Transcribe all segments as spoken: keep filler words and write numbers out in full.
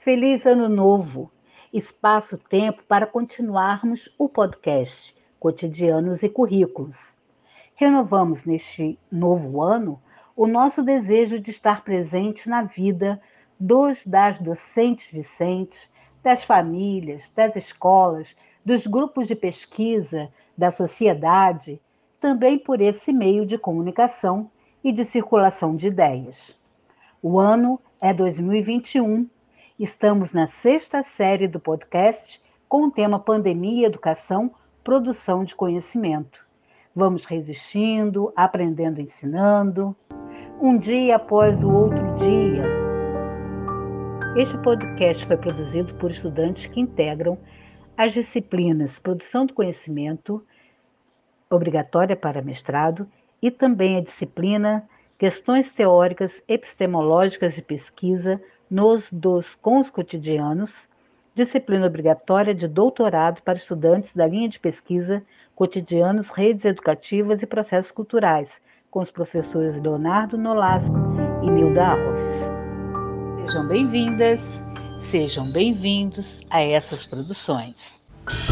Feliz Ano Novo! Espaço-tempo para continuarmos o podcast Cotidianos e Currículos. Renovamos neste novo ano o nosso desejo de estar presente na vida dos, das docentes discentes, das famílias, das escolas, dos grupos de pesquisa, da sociedade, também por esse meio de comunicação e de circulação de ideias. O ano é dois mil e vinte e um. Estamos na sexta série do podcast com o tema Pandemia e Educação, Produção de Conhecimento. Vamos resistindo, aprendendo, ensinando, um dia após o outro dia. Este podcast foi produzido por estudantes que integram as disciplinas Produção do Conhecimento, obrigatória para mestrado, e também a disciplina Questões Teóricas Epistemológicas de Pesquisa nos dos com os cotidianos, disciplina obrigatória de doutorado para estudantes da linha de pesquisa Cotidianos, Redes Educativas e Processos Culturais, com os professores Leonardo Nolasco e Nilda Alves. Sejam bem-vindas, sejam bem-vindos a essas produções.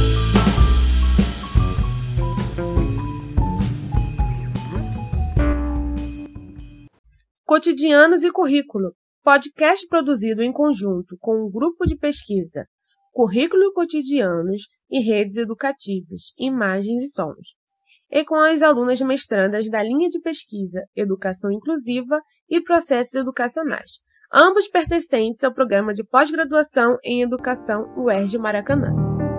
Cotidianos e Currículo, podcast produzido em conjunto com o grupo de pesquisa Currículo Cotidianos e Redes Educativas, Imagens e Sons, e com as alunas mestrandas da linha de pesquisa Educação Inclusiva e Processos Educacionais, ambos pertencentes ao programa de pós-graduação em Educação U E R J Maracanã.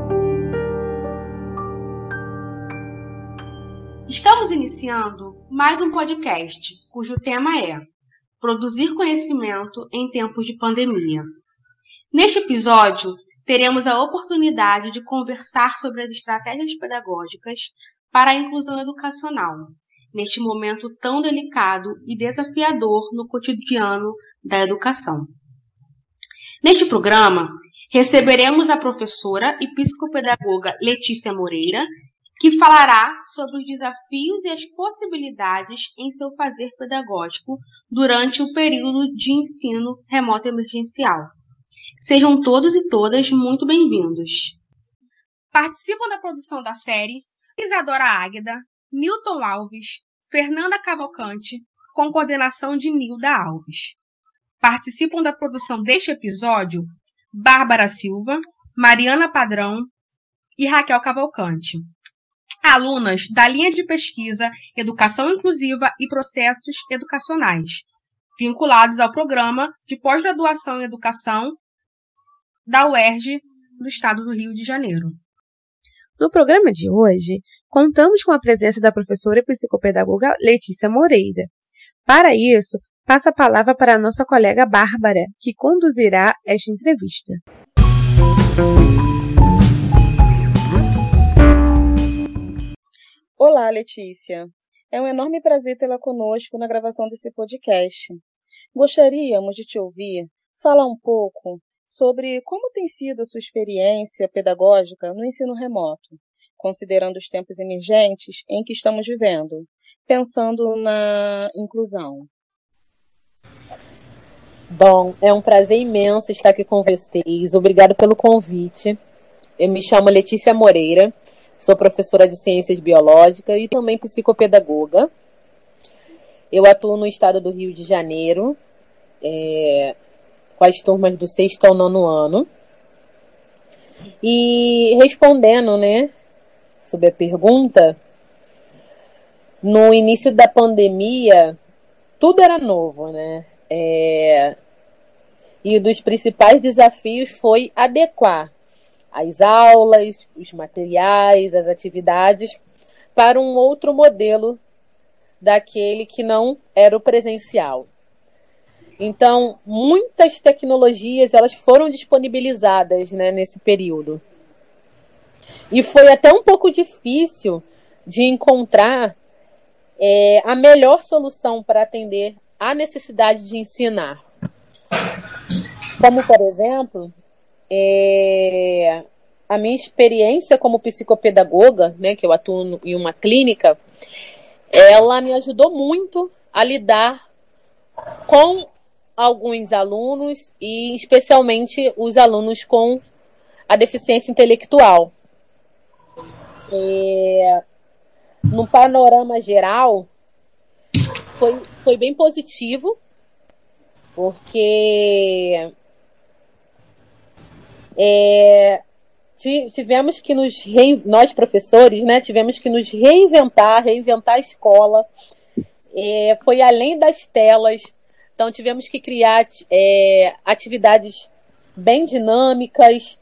Estamos iniciando mais um podcast, cujo tema é Produzir Conhecimento em Tempos de Pandemia. Neste episódio, teremos a oportunidade de conversar sobre as estratégias pedagógicas para a inclusão educacional, neste momento tão delicado e desafiador no cotidiano da educação. Neste programa, receberemos a professora e psicopedagoga Letícia Moreira, que falará sobre os desafios e as possibilidades em seu fazer pedagógico durante o período de ensino remoto emergencial. Sejam todos e todas muito bem-vindos. Participam da produção da série Isadora Águeda, Newton Alves, Fernanda Cavalcante, com coordenação de Nilda Alves. Participam da produção deste episódio Bárbara Silva, Mariana Padrão e Raquel Cavalcante, alunas da linha de pesquisa Educação Inclusiva e Processos Educacionais, vinculados ao programa de pós-graduação em Educação da U E R J no estado do Rio de Janeiro. No programa de hoje, contamos com a presença da professora e psicopedagoga Letícia Moreira. Para isso, passo a palavra para a nossa colega Bárbara, que conduzirá esta entrevista. Olá, Letícia. É um enorme prazer tê-la conosco na gravação desse podcast. Gostaríamos de te ouvir falar um pouco sobre como tem sido a sua experiência pedagógica no ensino remoto, considerando os tempos emergentes em que estamos vivendo, pensando na inclusão. Bom, é um prazer imenso estar aqui com vocês. Obrigado pelo convite. Eu me chamo Letícia Moreira. Sou professora de Ciências Biológicas e também psicopedagoga. Eu atuo no estado do Rio de Janeiro, é, com as turmas do sexto ao nono ano. E respondendo, né, sobre a pergunta, no início da pandemia, tudo era novo, né? É, e um dos principais desafios foi adequar as aulas, os materiais, as atividades para um outro modelo daquele que não era o presencial. Então, muitas tecnologias elas foram disponibilizadas, né, nesse período. E foi até um pouco difícil de encontrar é, a melhor solução para atender à necessidade de ensinar. Como, por exemplo, É, a minha experiência como psicopedagoga, né, que eu atuo em uma clínica, ela me ajudou muito a lidar com alguns alunos, e especialmente os alunos com a deficiência intelectual. É, no panorama geral, foi, foi bem positivo, porque é, tivemos que nos rein... nós professores, né, tivemos que nos reinventar, reinventar a escola. É, foi além das telas, então tivemos que criar é, atividades bem dinâmicas.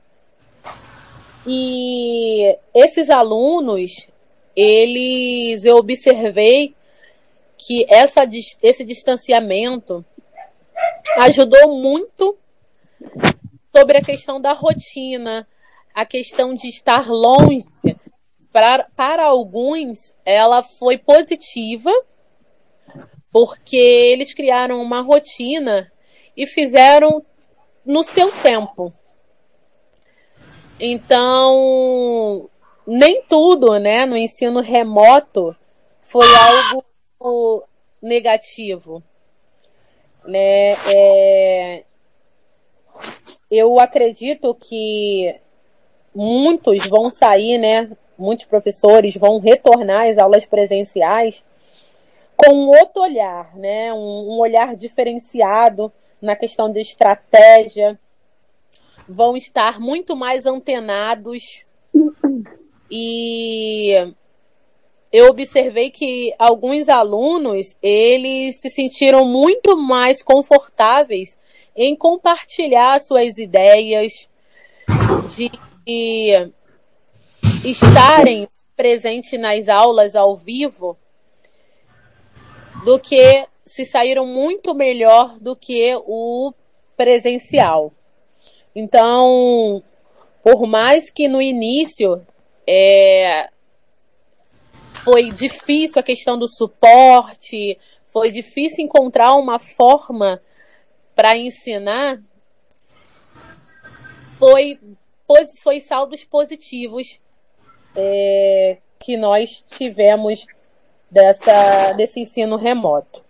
E esses alunos, eles, eu observei que essa, esse distanciamento ajudou muito sobre a questão da rotina, a questão de estar longe. Para, para alguns, ela foi positiva, porque eles criaram uma rotina e fizeram no seu tempo. Então, nem tudo, né, no ensino remoto foi algo negativo, né? É, eu acredito que muitos vão sair, né? Muitos professores vão retornar às aulas presenciais com um outro olhar, né? Um, um olhar diferenciado na questão de estratégia, vão estar muito mais antenados. E eu observei que alguns alunos, eles se sentiram muito mais confortáveis em compartilhar suas ideias, de estarem presentes nas aulas ao vivo, do que se saíram muito melhor do que o presencial. Então, por mais que no início é, foi difícil a questão do suporte, foi difícil encontrar uma forma para ensinar, foi, foi saldos positivos é, que nós tivemos dessa, desse ensino remoto.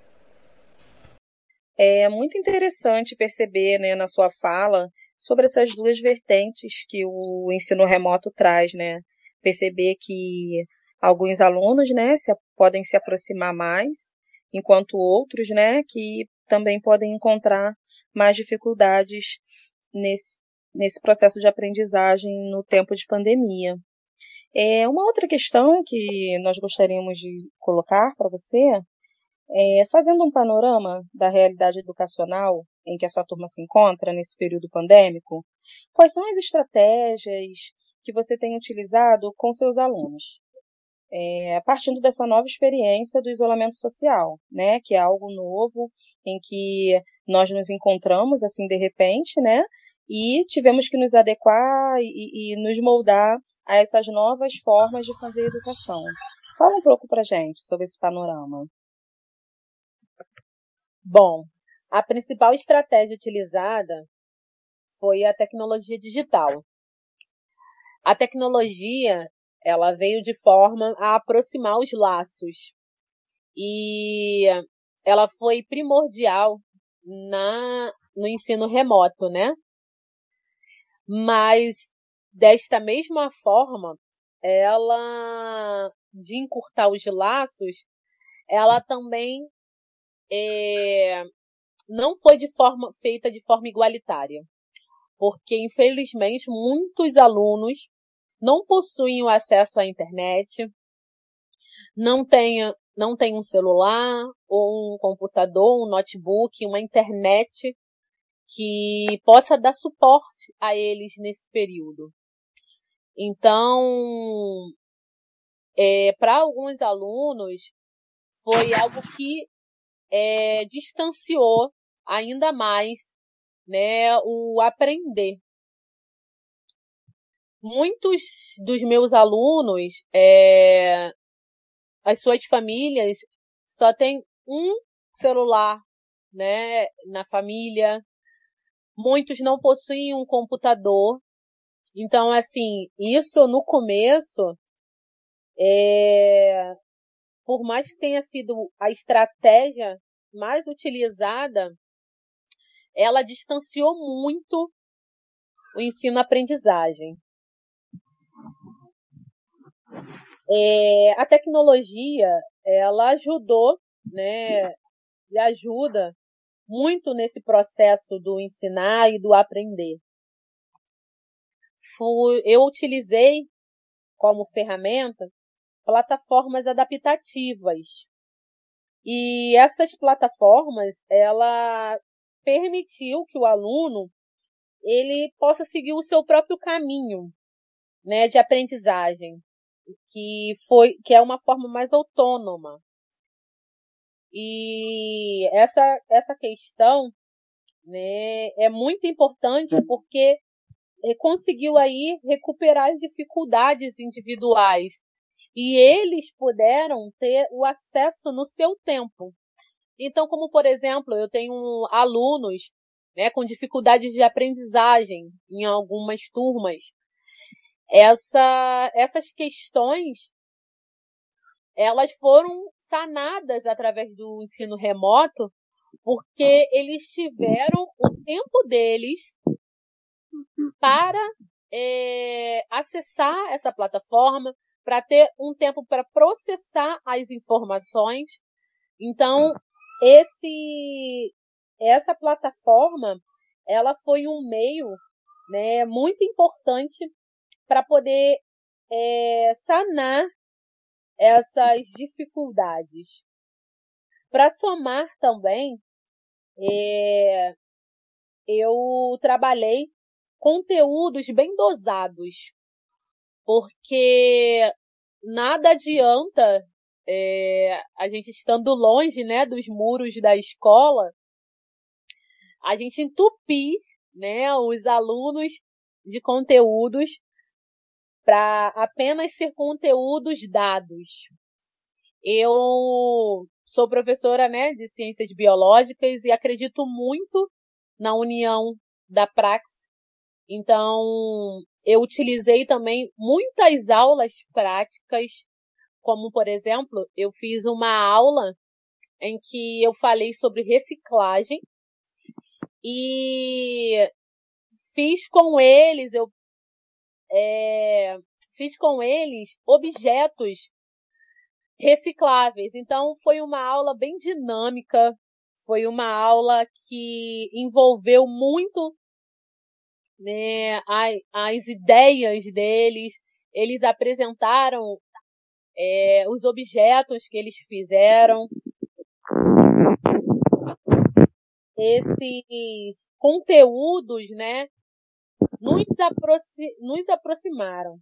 É muito interessante perceber, né, na sua fala sobre essas duas vertentes que o ensino remoto traz, né? Perceber que alguns alunos, né, se, podem se aproximar mais, enquanto outros, né, que também podem encontrar mais dificuldades nesse, nesse processo de aprendizagem no tempo de pandemia. É, uma outra questão que nós gostaríamos de colocar para você é, fazendo um panorama da realidade educacional em que a sua turma se encontra nesse período pandêmico, quais são as estratégias que você tem utilizado com seus alunos? É, partindo dessa nova experiência do isolamento social, né, que é algo novo em que nós nos encontramos assim de repente, né, e tivemos que nos adequar e, e nos moldar a essas novas formas de fazer educação. Fala um pouco para gente sobre esse panorama. Bom, a principal estratégia utilizada foi a tecnologia digital. A tecnologia, ela veio de forma a aproximar os laços e ela foi primordial na, no ensino remoto, né? Mas, desta mesma forma, ela, de encurtar os laços, ela também é, não foi de forma, feita de forma igualitária, porque, infelizmente, muitos alunos não possuem o acesso à internet, não têm, não têm um celular, ou um computador, um notebook, uma internet que possa dar suporte a eles nesse período. Então, é, para alguns alunos, foi algo que é, distanciou ainda mais, né, o aprender. Muitos dos meus alunos, é, as suas famílias, só têm um celular, né, na família. Muitos não possuem um computador. Então, assim, isso no começo, é, por mais que tenha sido a estratégia mais utilizada, ela distanciou muito o ensino-aprendizagem. É, a tecnologia, ela ajudou, né, e ajuda muito nesse processo do ensinar e do aprender. Fui, eu utilizei como ferramenta plataformas adaptativas. E essas plataformas, ela permitiu que o aluno ele possa seguir o seu próprio caminho, né, de aprendizagem, que foi que é uma forma mais autônoma. E essa essa questão, né, é muito importante porque conseguiu aí recuperar as dificuldades individuais e eles puderam ter o acesso no seu tempo. Então, como por exemplo, eu tenho alunos, né, com dificuldades de aprendizagem em algumas turmas. Essa, essas questões, elas foram sanadas através do ensino remoto, porque eles tiveram o tempo deles para é, acessar essa plataforma, para ter um tempo para processar as informações. Então, esse, essa plataforma, ela foi um meio, né, muito importante para poder é, sanar essas dificuldades. Para somar também, é, eu trabalhei conteúdos bem dosados, porque nada adianta é, a gente estando longe, né, dos muros da escola, a gente entupir, né, os alunos de conteúdos para apenas ser conteúdos dados. Eu sou professora, né, de ciências biológicas e acredito muito na união da praxe. Então, eu utilizei também muitas aulas práticas, como, por exemplo, eu fiz uma aula em que eu falei sobre reciclagem e fiz com eles, eu é, fiz com eles objetos recicláveis. Então, foi uma aula bem dinâmica, foi uma aula que envolveu muito, né, as, as ideias deles. Eles apresentaram é, os objetos que eles fizeram. Esses conteúdos, né, nos, aproxi- nos aproximaram.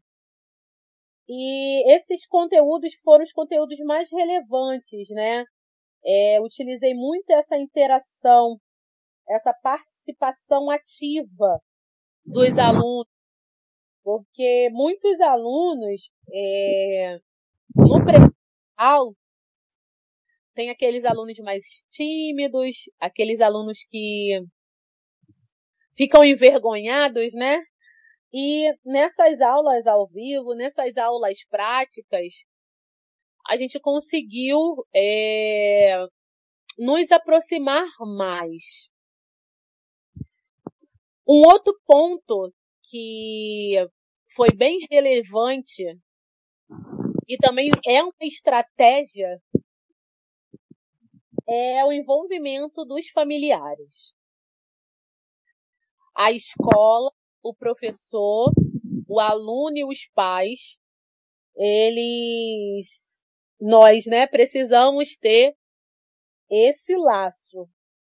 E esses conteúdos foram os conteúdos mais relevantes, né? É, utilizei muito essa interação, essa participação ativa dos alunos, porque muitos alunos, é, no presencial, tem aqueles alunos mais tímidos, aqueles alunos que ficam envergonhados, né? E nessas aulas ao vivo, nessas aulas práticas, a gente conseguiu é, nos aproximar mais. Um outro ponto que foi bem relevante e também é uma estratégia é o envolvimento dos familiares. A escola, o professor, o aluno e os pais, eles, nós, né, precisamos ter esse laço,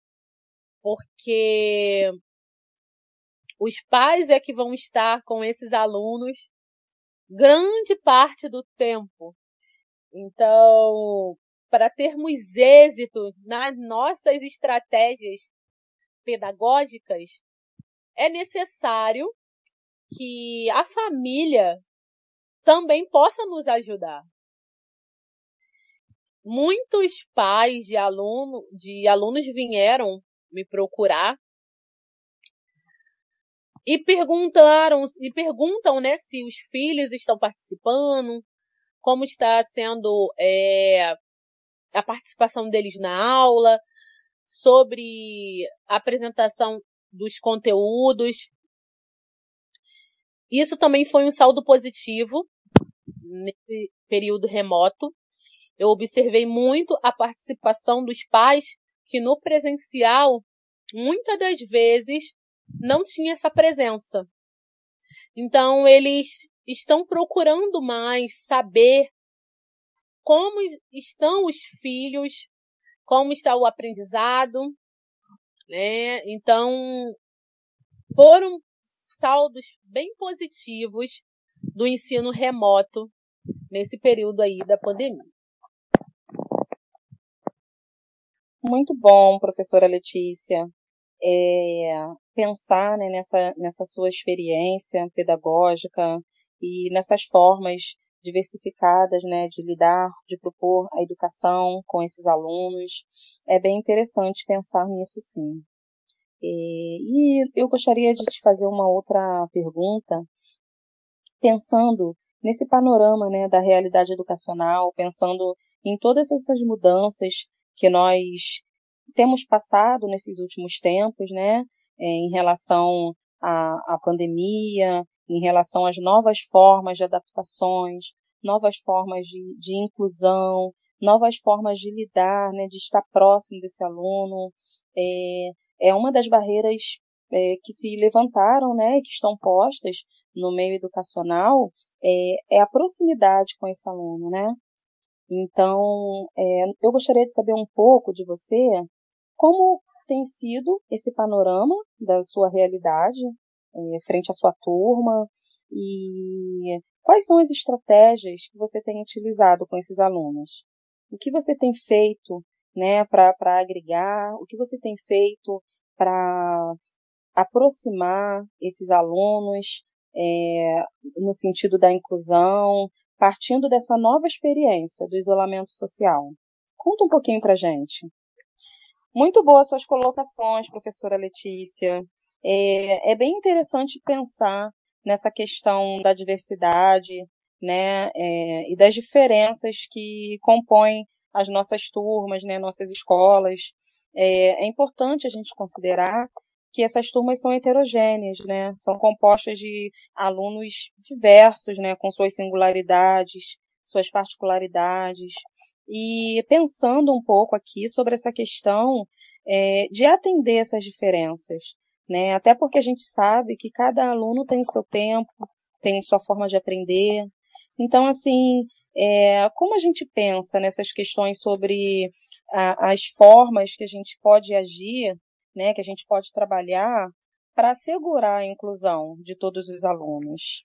porque os pais é que vão estar com esses alunos grande parte do tempo. Então, para termos êxito nas nossas estratégias pedagógicas, é necessário que a família também possa nos ajudar. Muitos pais de, aluno, de alunos vieram me procurar e perguntaram, e perguntam, né, se os filhos estão participando, como está sendo é, a participação deles na aula, sobre a apresentação dos conteúdos. Isso também foi um saldo positivo nesse período remoto. Eu observei muito a participação dos pais que no presencial, muitas das vezes, não tinha essa presença. Então, eles estão procurando mais saber como estão os filhos, como está o aprendizado, né? Então, foram saldos bem positivos do ensino remoto nesse período aí da pandemia. Muito bom, professora Letícia, é, pensar, né, nessa, nessa sua experiência pedagógica e nessas formas diversificadas, né, de lidar, de propor a educação com esses alunos. É bem interessante pensar nisso, sim. E, e eu gostaria de te fazer uma outra pergunta, pensando nesse panorama, né, da realidade educacional, pensando em todas essas mudanças que nós temos passado nesses últimos tempos, né, em relação à, à pandemia, em relação às novas formas de adaptações, novas formas de, de inclusão, novas formas de lidar, né, de estar próximo desse aluno. É, é uma das barreiras é, que se levantaram, né, que estão postas no meio educacional, é, é a proximidade com esse aluno, né? Então, é, eu gostaria de saber um pouco de você, como tem sido esse panorama da sua realidade é, frente à sua turma e quais são as estratégias que você tem utilizado com esses alunos? O que você tem feito, né, para agregar? O que você tem feito para aproximar esses alunos é, no sentido da inclusão, partindo dessa nova experiência do isolamento social? Conta um pouquinho para a gente. Muito boas suas colocações, professora Letícia. É, é bem interessante pensar nessa questão da diversidade, né, é, e das diferenças que compõem as nossas turmas, né, nossas escolas. É, é importante a gente considerar que essas turmas são heterogêneas, né, são compostas de alunos diversos, né, com suas singularidades, suas particularidades. E pensando um pouco aqui sobre essa questão é, de atender essas diferenças, né? Até porque a gente sabe que cada aluno tem o seu tempo, tem sua forma de aprender. Então, assim, é, como a gente pensa nessas questões sobre a, as formas que a gente pode agir, né, que a gente pode trabalhar para assegurar a inclusão de todos os alunos?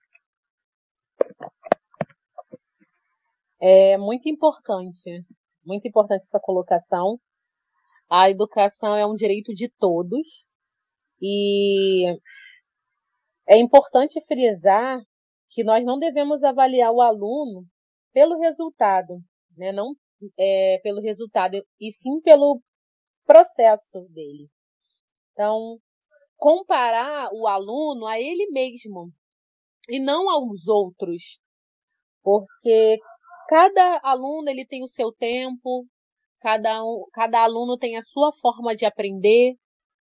É muito importante, muito importante essa colocação. A educação é um direito de todos e é importante frisar que nós não devemos avaliar o aluno pelo resultado, né? Não é, pelo resultado, e sim pelo processo dele. Então, comparar o aluno a ele mesmo e não aos outros, porque cada aluno ele tem o seu tempo, cada, um, cada aluno tem a sua forma de aprender,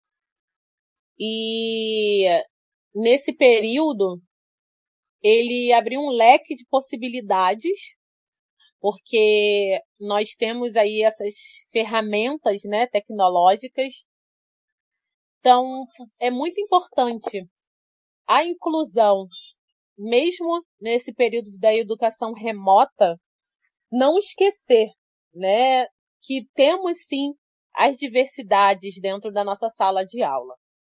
e nesse período ele abriu um leque de possibilidades, porque nós temos aí essas ferramentas, né, tecnológicas. Então, é muito importante a inclusão, mesmo nesse período da educação remota, não esquecer, né, que temos sim as diversidades dentro da nossa sala de aula.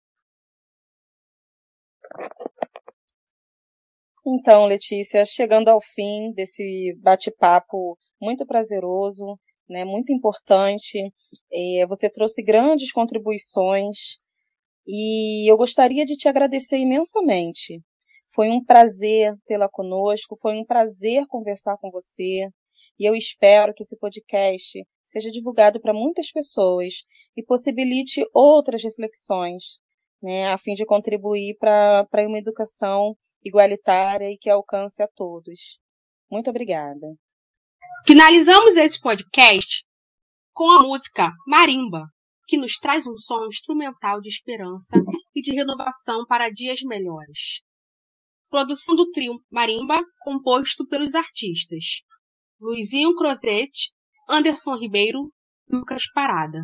Então, Letícia, chegando ao fim desse bate-papo muito prazeroso, né, muito importante, é, você trouxe grandes contribuições e eu gostaria de te agradecer imensamente. Foi um prazer tê-la conosco, foi um prazer conversar com você e eu espero que esse podcast seja divulgado para muitas pessoas e possibilite outras reflexões, né, a fim de contribuir para para uma educação igualitária e que alcance a todos. Muito obrigada. Finalizamos esse podcast com a música Marimba, que nos traz um som instrumental de esperança e de renovação para dias melhores. Produção do trio Marimba, composto pelos artistas Luizinho Crozet, Anderson Ribeiro e Lucas Parada.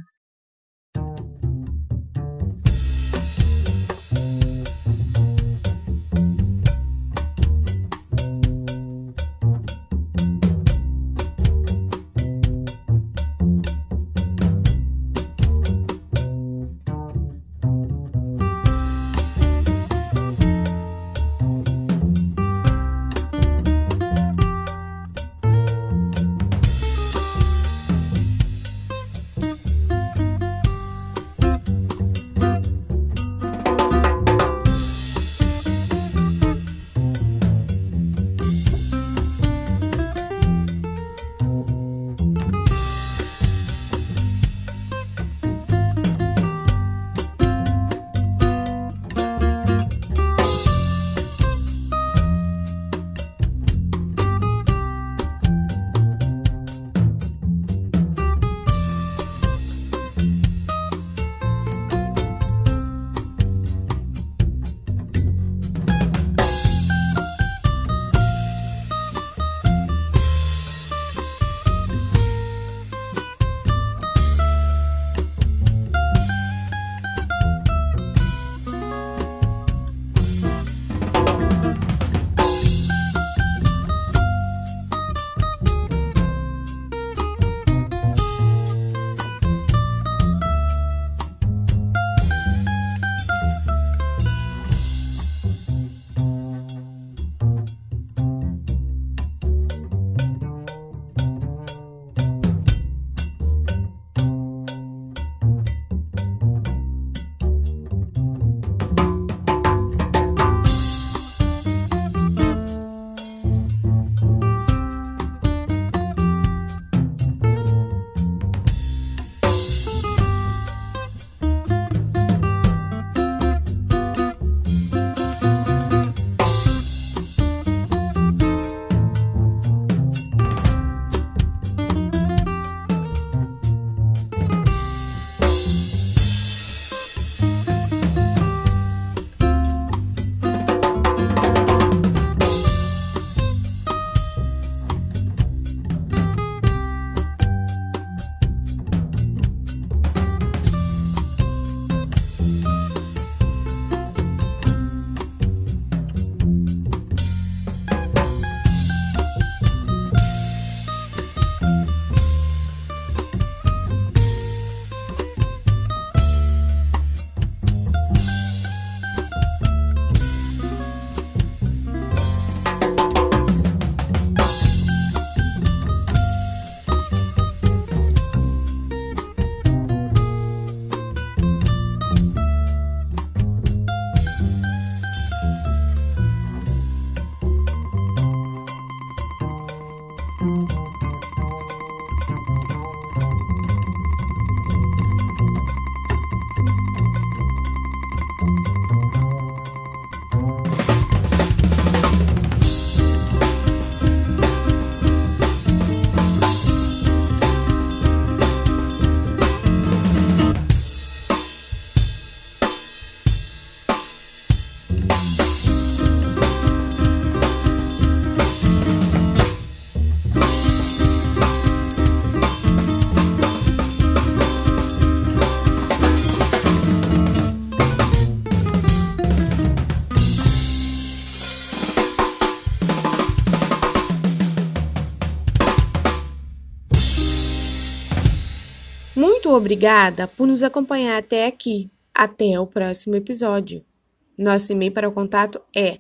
Muito obrigada por nos acompanhar até aqui. Até o próximo episódio. Nosso e-mail para o contato é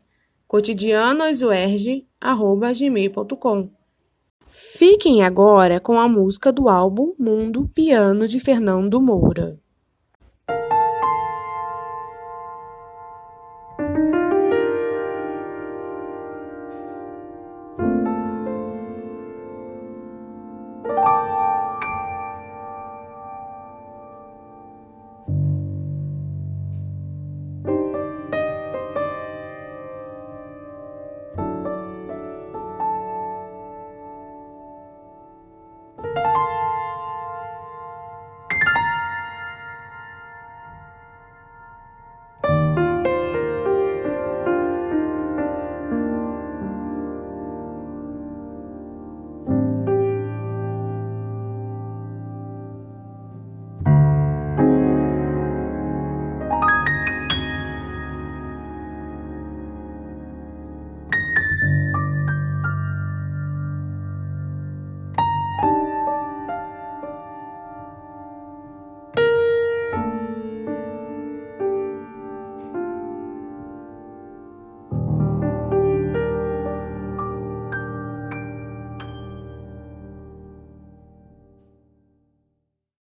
cotidianosuerge arroba gmail ponto com. Fiquem agora com a música do álbum Mundo Piano de Fernando Moura.